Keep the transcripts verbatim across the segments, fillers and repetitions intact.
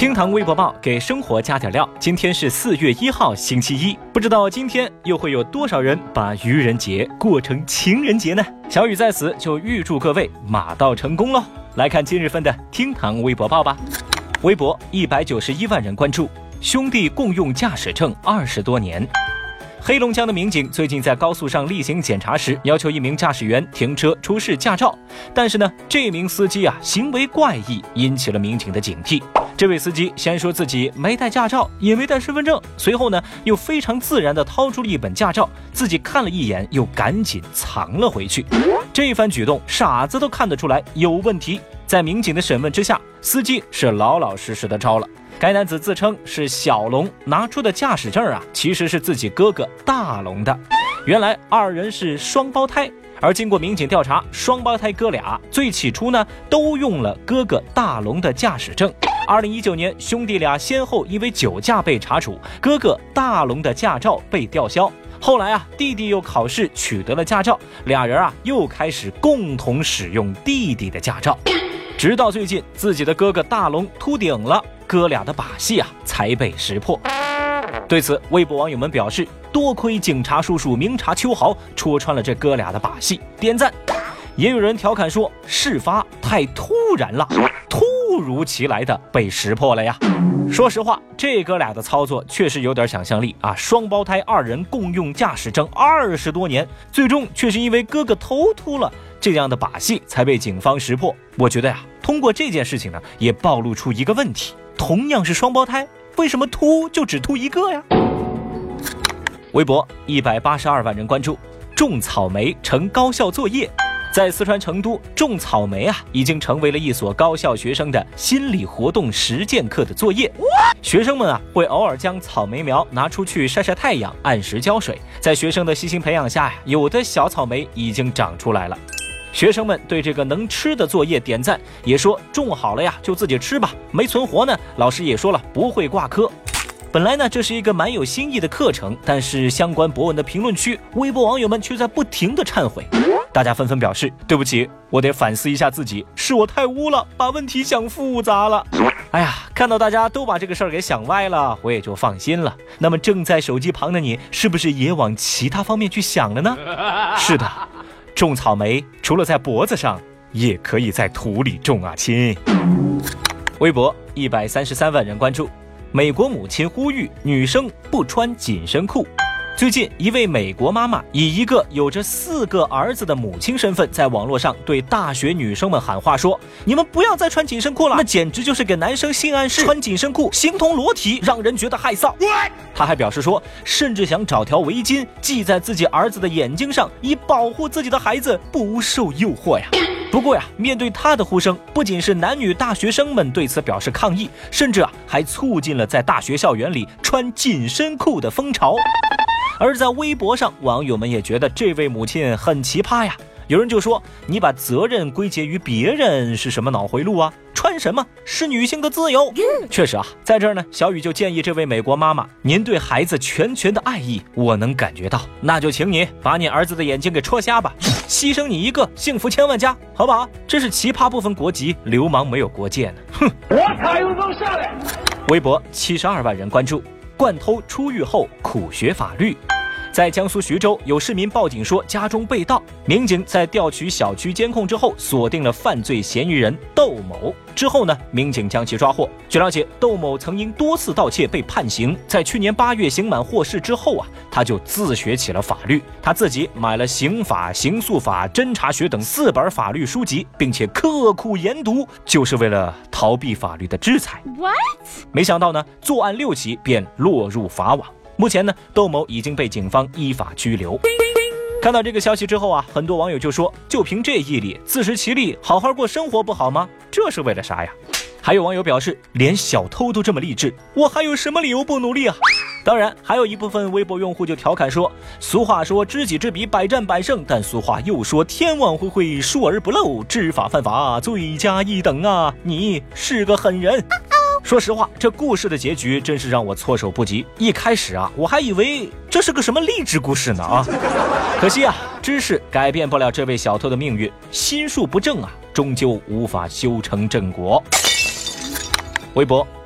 厅堂微博报给生活加点料。今天是四月一号，星期一，不知道今天又会有多少人把愚人节过成情人节呢？小雨在此就预祝各位马到成功喽！来看今日份的厅堂微博报吧。微博一百九十一万人关注，兄弟共用驾驶证二十多年。黑龙江的民警最近在高速上例行检查时，要求一名驾驶员停车出示驾照，但是呢，这名司机啊行为怪异，引起了民警的警惕。这位司机先说自己没带驾照，也没带身份证，随后呢又非常自然地掏出了一本驾照，自己看了一眼，又赶紧藏了回去。这一番举动，傻子都看得出来有问题。在民警的审问之下，司机是老老实实的招了。该男子自称是小龙拿出的驾驶证啊，其实是自己哥哥大龙的。原来二人是双胞胎，而经过民警调查，双胞胎哥俩最起初呢都用了哥哥大龙的驾驶证。二零一九年，兄弟俩先后因为酒驾被查处，哥哥大龙的驾照被吊销。后来啊，弟弟又考试取得了驾照，俩人啊又开始共同使用弟弟的驾照。直到最近，自己的哥哥大龙秃顶了，哥俩的把戏啊才被识破。对此，微博网友们表示，多亏警察叔叔明察秋毫，戳穿了这哥俩的把戏，点赞。也有人调侃说，事发太突然了，突如其来的被识破了呀。说实话，这哥俩的操作确实有点想象力啊！双胞胎二人共用驾驶证二十多年，最终却是因为哥哥头秃了这样的把戏才被警方识破。我觉得呀，通过这件事情呢，也暴露出一个问题：同样是双胞胎，为什么秃就只秃一个呀？微博一百八十二万人关注，种草莓成高校作业。在四川成都，种草莓啊，已经成为了一所高校学生的心理活动实践课的作业。学生们啊，会偶尔将草莓苗拿出去晒晒太阳，按时浇水。在学生的悉心培养下呀，有的小草莓已经长出来了。学生们对这个能吃的作业点赞，也说种好了呀，就自己吃吧。没存活呢，老师也说了不会挂科。本来呢，这是一个蛮有新意的课程，但是相关博文的评论区，微博网友们却在不停的忏悔。大家纷纷表示，对不起，我得反思一下自己，是我太污了，把问题想复杂了。哎呀，看到大家都把这个事儿给想歪了，我也就放心了。那么正在手机旁的你，是不是也往其他方面去想了呢？是的，种草莓除了在脖子上，也可以在土里种啊，亲。微博一百三十三万人关注，美国母亲呼吁女生不穿紧身裤。最近，一位美国妈妈以一个有着四个儿子的母亲身份，在网络上对大学女生们喊话说：“你们不要再穿紧身裤了，那简直就是给男生性暗示。穿紧身裤形同裸体，让人觉得害臊。”她还表示说，甚至想找条围巾系在自己儿子的眼睛上，以保护自己的孩子不受诱惑呀。不过呀，面对他的呼声，不仅是男女大学生们对此表示抗议，甚至啊还促进了在大学校园里穿紧身裤的风潮。而在微博上，网友们也觉得这位母亲很奇葩呀。有人就说，你把责任归结于别人是什么脑回路啊？穿什么是女性的自由？确实啊，在这儿呢，小雨就建议这位美国妈妈，您对孩子全权的爱意我能感觉到，那就请你把你儿子的眼睛给戳瞎吧，牺牲你一个，幸福千万家，好不好？这是奇葩不分国籍，流氓没有国界呢。哼，我才有能上来。微博七十二万人关注，惯偷出狱后苦学法律。在江苏徐州，有市民报警说家中被盗，民警在调取小区监控之后，锁定了犯罪嫌疑人窦某。之后呢，民警将其抓获。据了解，窦某曾因多次盗窃被判刑，在去年八月刑满获释之后啊，他就自学起了法律。他自己买了刑法、刑诉法、侦查学等四本法律书籍，并且刻苦研读，就是为了逃避法律的制裁。What？ 没想到呢，作案六起便落入法网。目前呢，窦某已经被警方依法拘留。看到这个消息之后啊，很多网友就说，就凭这毅力，自食其力，好好过生活不好吗？这是为了啥呀？还有网友表示，连小偷都这么励志，我还有什么理由不努力啊？当然，还有一部分微博用户就调侃说，俗话说知己知彼，百战百胜，但俗话又说天网恢恢，疏而不漏，知法犯法，罪加一等啊！你是个狠人。说实话，这故事的结局真是让我措手不及。一开始啊，我还以为这是个什么励志故事呢啊！可惜啊，知识改变不了这位小偷的命运，心术不正啊，终究无法修成正果。微博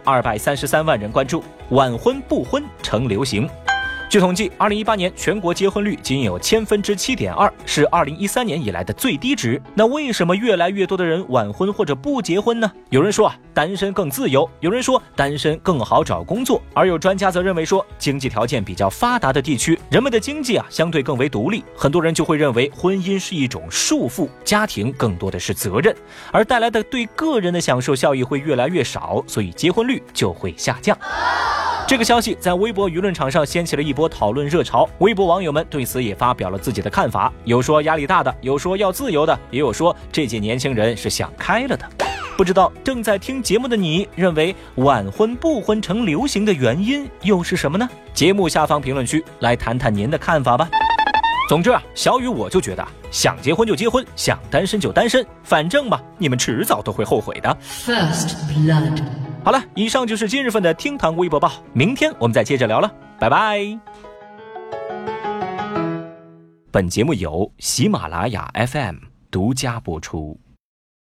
二百三十三万人关注，晚婚不婚成流行。据统计，二零一八年全国结婚率仅有千分之七点二，是二零一三年以来的最低值。那为什么越来越多的人晚婚或者不结婚呢？有人说啊，单身更自由；有人说单身更好找工作；而有专家则认为说，经济条件比较发达的地区，人们的经济啊相对更为独立，很多人就会认为婚姻是一种束缚，家庭更多的是责任，而带来的对个人的享受效益会越来越少，所以结婚率就会下降。这个消息在微博舆论场上掀起了一波讨论热潮，微博网友们对此也发表了自己的看法，有说压力大的，有说要自由的，也有说这届年轻人是想开了的。不知道正在听节目的你，认为晚婚不婚成流行的原因又是什么呢？节目下方评论区来谈谈您的看法吧。总之啊，小雨我就觉得，想结婚就结婚，想单身就单身，反正嘛，你们迟早都会后悔的。First blood。好了，以上就是今日份的厅堂微博报，明天我们再接着聊了，拜拜。本节目由喜马拉雅 F M 独家播出。